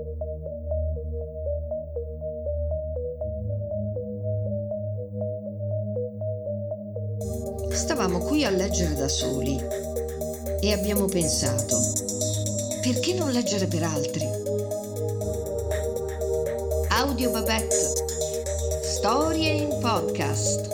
Stavamo qui a leggere da soli e abbiamo pensato, perché non leggere per altri? Audio Babette, storie in podcast.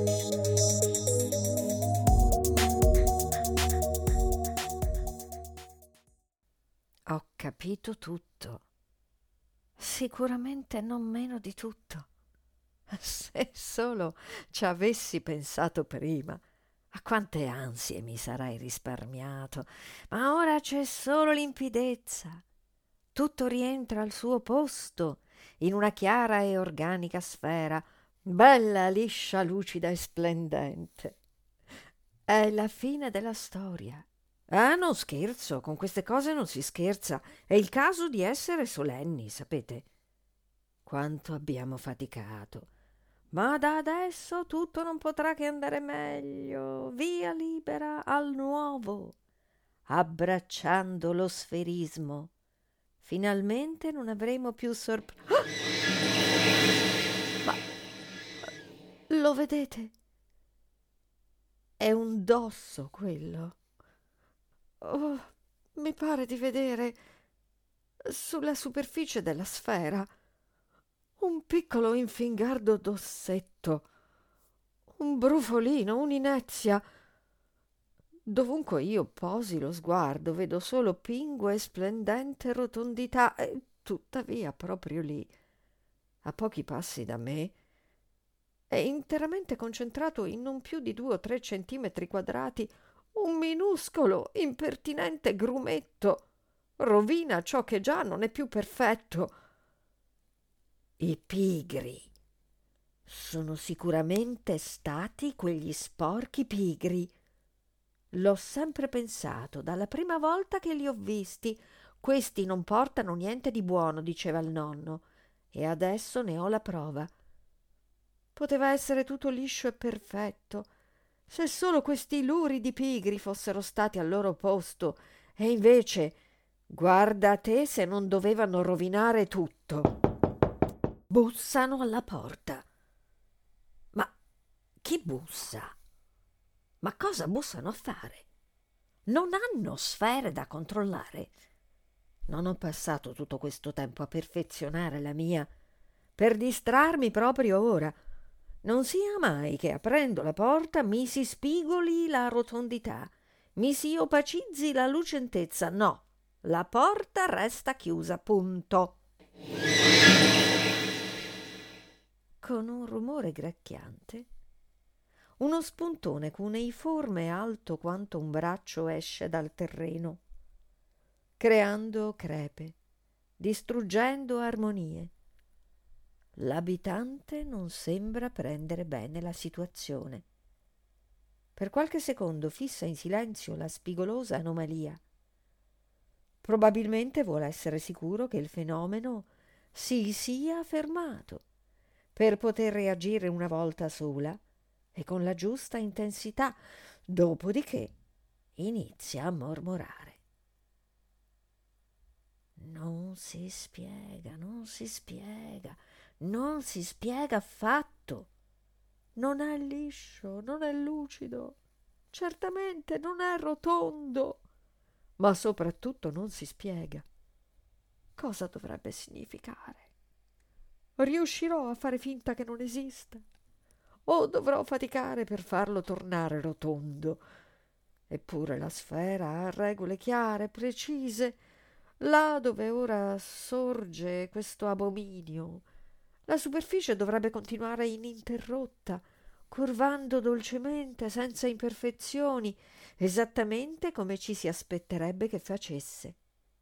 Ho capito tutto, sicuramente non meno di tutto. Se solo ci avessi pensato prima, a quante ansie mi sarei risparmiato, ma ora c'è solo limpidezza. Tutto rientra al suo posto, in una chiara e organica sfera, bella, liscia, lucida e splendente. È la fine della storia. Ah, non scherzo, con queste cose non si scherza. È il caso di essere solenni, sapete? Quanto abbiamo faticato. Ma da adesso tutto non potrà che andare meglio. Via libera al nuovo, abbracciando lo sferismo. Finalmente non avremo più Ma lo vedete? È un dosso quello. Oh, mi pare di vedere sulla superficie della sfera un piccolo infingardo d'ossetto, un brufolino, un'inezia. Dovunque io posi lo sguardo vedo solo pingue e splendente rotondità, e tuttavia proprio lì, a pochi passi da me, è interamente concentrato in non più di 2 o 3 centimetri quadrati un minuscolo, impertinente grumetto. Rovina ciò che già non è più perfetto. I pigri. Sono sicuramente stati quegli sporchi pigri. L'ho sempre pensato, dalla prima volta che li ho visti. Questi non portano niente di buono, diceva il nonno, e adesso ne ho la prova. Poteva essere tutto liscio e perfetto, se solo questi luridi pigri fossero stati al loro posto, e invece, guarda te se non dovevano rovinare tutto. Bussano alla porta. Ma chi bussa? Ma cosa bussano a fare? Non hanno sfere da controllare. Non ho passato tutto questo tempo a perfezionare la mia per distrarmi proprio ora. Non sia mai che aprendo la porta mi si spigoli la rotondità, mi si opacizzi la lucentezza. No, la porta resta chiusa, punto. Con un rumore gracchiante, uno spuntone cuneiforme alto quanto un braccio esce dal terreno, creando crepe, distruggendo armonie. L'abitante non sembra prendere bene la situazione. Per qualche secondo fissa in silenzio la spigolosa anomalia. Probabilmente vuole essere sicuro che il fenomeno si sia fermato per poter reagire una volta sola e con la giusta intensità, dopodiché inizia a mormorare. Non si spiega, non si spiega, non si spiega affatto. Non è liscio, non è lucido, certamente non è rotondo, ma soprattutto non si spiega. Cosa dovrebbe significare? Riuscirò a fare finta che non esista? O dovrò faticare per farlo tornare rotondo? Eppure la sfera ha regole chiare, precise. Là dove ora sorge questo abominio, la superficie dovrebbe continuare ininterrotta, curvando dolcemente, senza imperfezioni, esattamente come ci si aspetterebbe che facesse.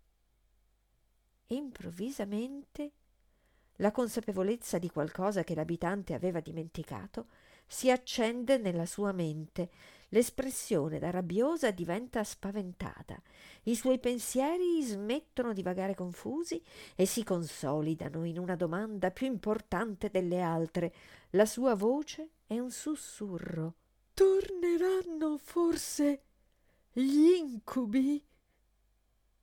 Improvvisamente la consapevolezza di qualcosa che l'abitante aveva dimenticato si accende nella sua mente. L'espressione da rabbiosa diventa spaventata. I suoi pensieri smettono di vagare confusi e si consolidano in una domanda più importante delle altre. La sua voce è un sussurro. Torneranno forse gli incubi?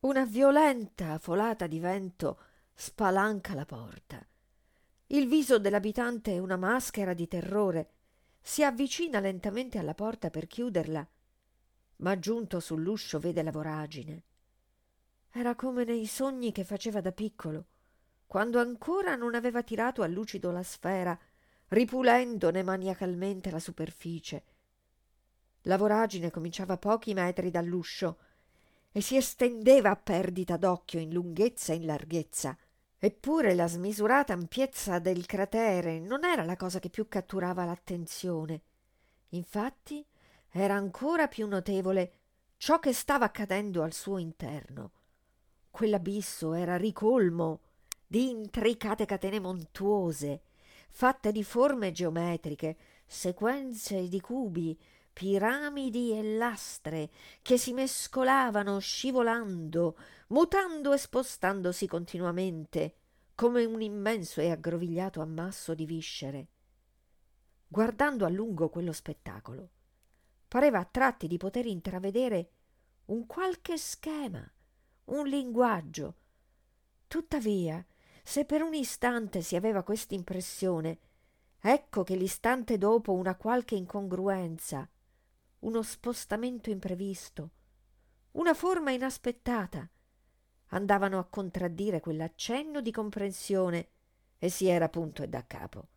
Una violenta folata di vento spalanca la porta. Il viso dell'abitante è una maschera di terrore. Si avvicina lentamente alla porta per chiuderla, ma giunto sull'uscio vede la voragine. Era come nei sogni che faceva da piccolo, quando ancora non aveva tirato a lucido la sfera, ripulendone maniacalmente la superficie. La voragine cominciava a pochi metri dall'uscio e si estendeva a perdita d'occhio in lunghezza e in larghezza. Eppure la smisurata ampiezza del cratere non era la cosa che più catturava l'attenzione. Infatti era ancora più notevole ciò che stava accadendo al suo interno. Quell'abisso era ricolmo di intricate catene montuose, fatte di forme geometriche, sequenze di cubi, piramidi e lastre che si mescolavano scivolando, mutando e spostandosi continuamente, come un immenso e aggrovigliato ammasso di viscere. Guardando a lungo quello spettacolo, pareva a tratti di poter intravedere un qualche schema, un linguaggio. Tuttavia, se per un istante si aveva quest'impressione, ecco che l'istante dopo una qualche incongruenza, uno spostamento imprevisto, una forma inaspettata, andavano a contraddire quell'accenno di comprensione e si era punto e da capo.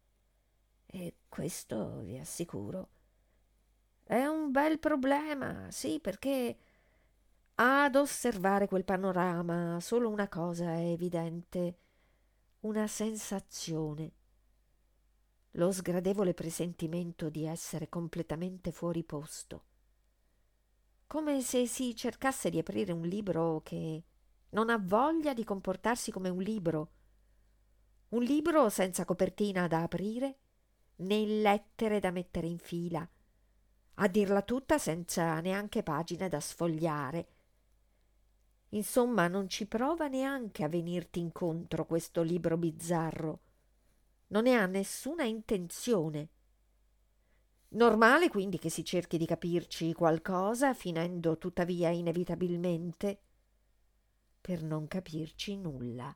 E questo, vi assicuro, è un bel problema, sì, perché ad osservare quel panorama solo una cosa è evidente, una sensazione, lo sgradevole presentimento di essere completamente fuori posto, come se si cercasse di aprire un libro che non ha voglia di comportarsi come un libro senza copertina da aprire né lettere da mettere in fila, a dirla tutta senza neanche pagine da sfogliare. Insomma, non ci prova neanche a venirti incontro questo libro bizzarro, non ne ha nessuna intenzione. Normale quindi che si cerchi di capirci qualcosa, finendo tuttavia inevitabilmente per non capirci nulla.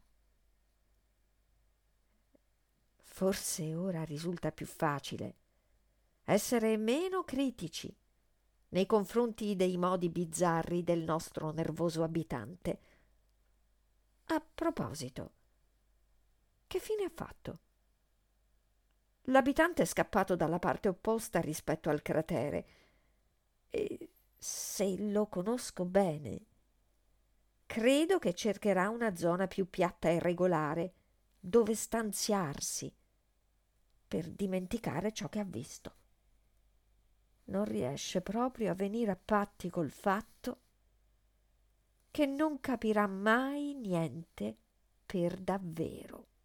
Forse ora risulta più facile essere meno critici nei confronti dei modi bizzarri del nostro nervoso abitante. A proposito, che fine ha fatto? L'abitante è scappato dalla parte opposta rispetto al cratere e, se lo conosco bene, credo che cercherà una zona più piatta e regolare dove stanziarsi per dimenticare ciò che ha visto. Non riesce proprio a venire a patti col fatto che non capirà mai niente per davvero.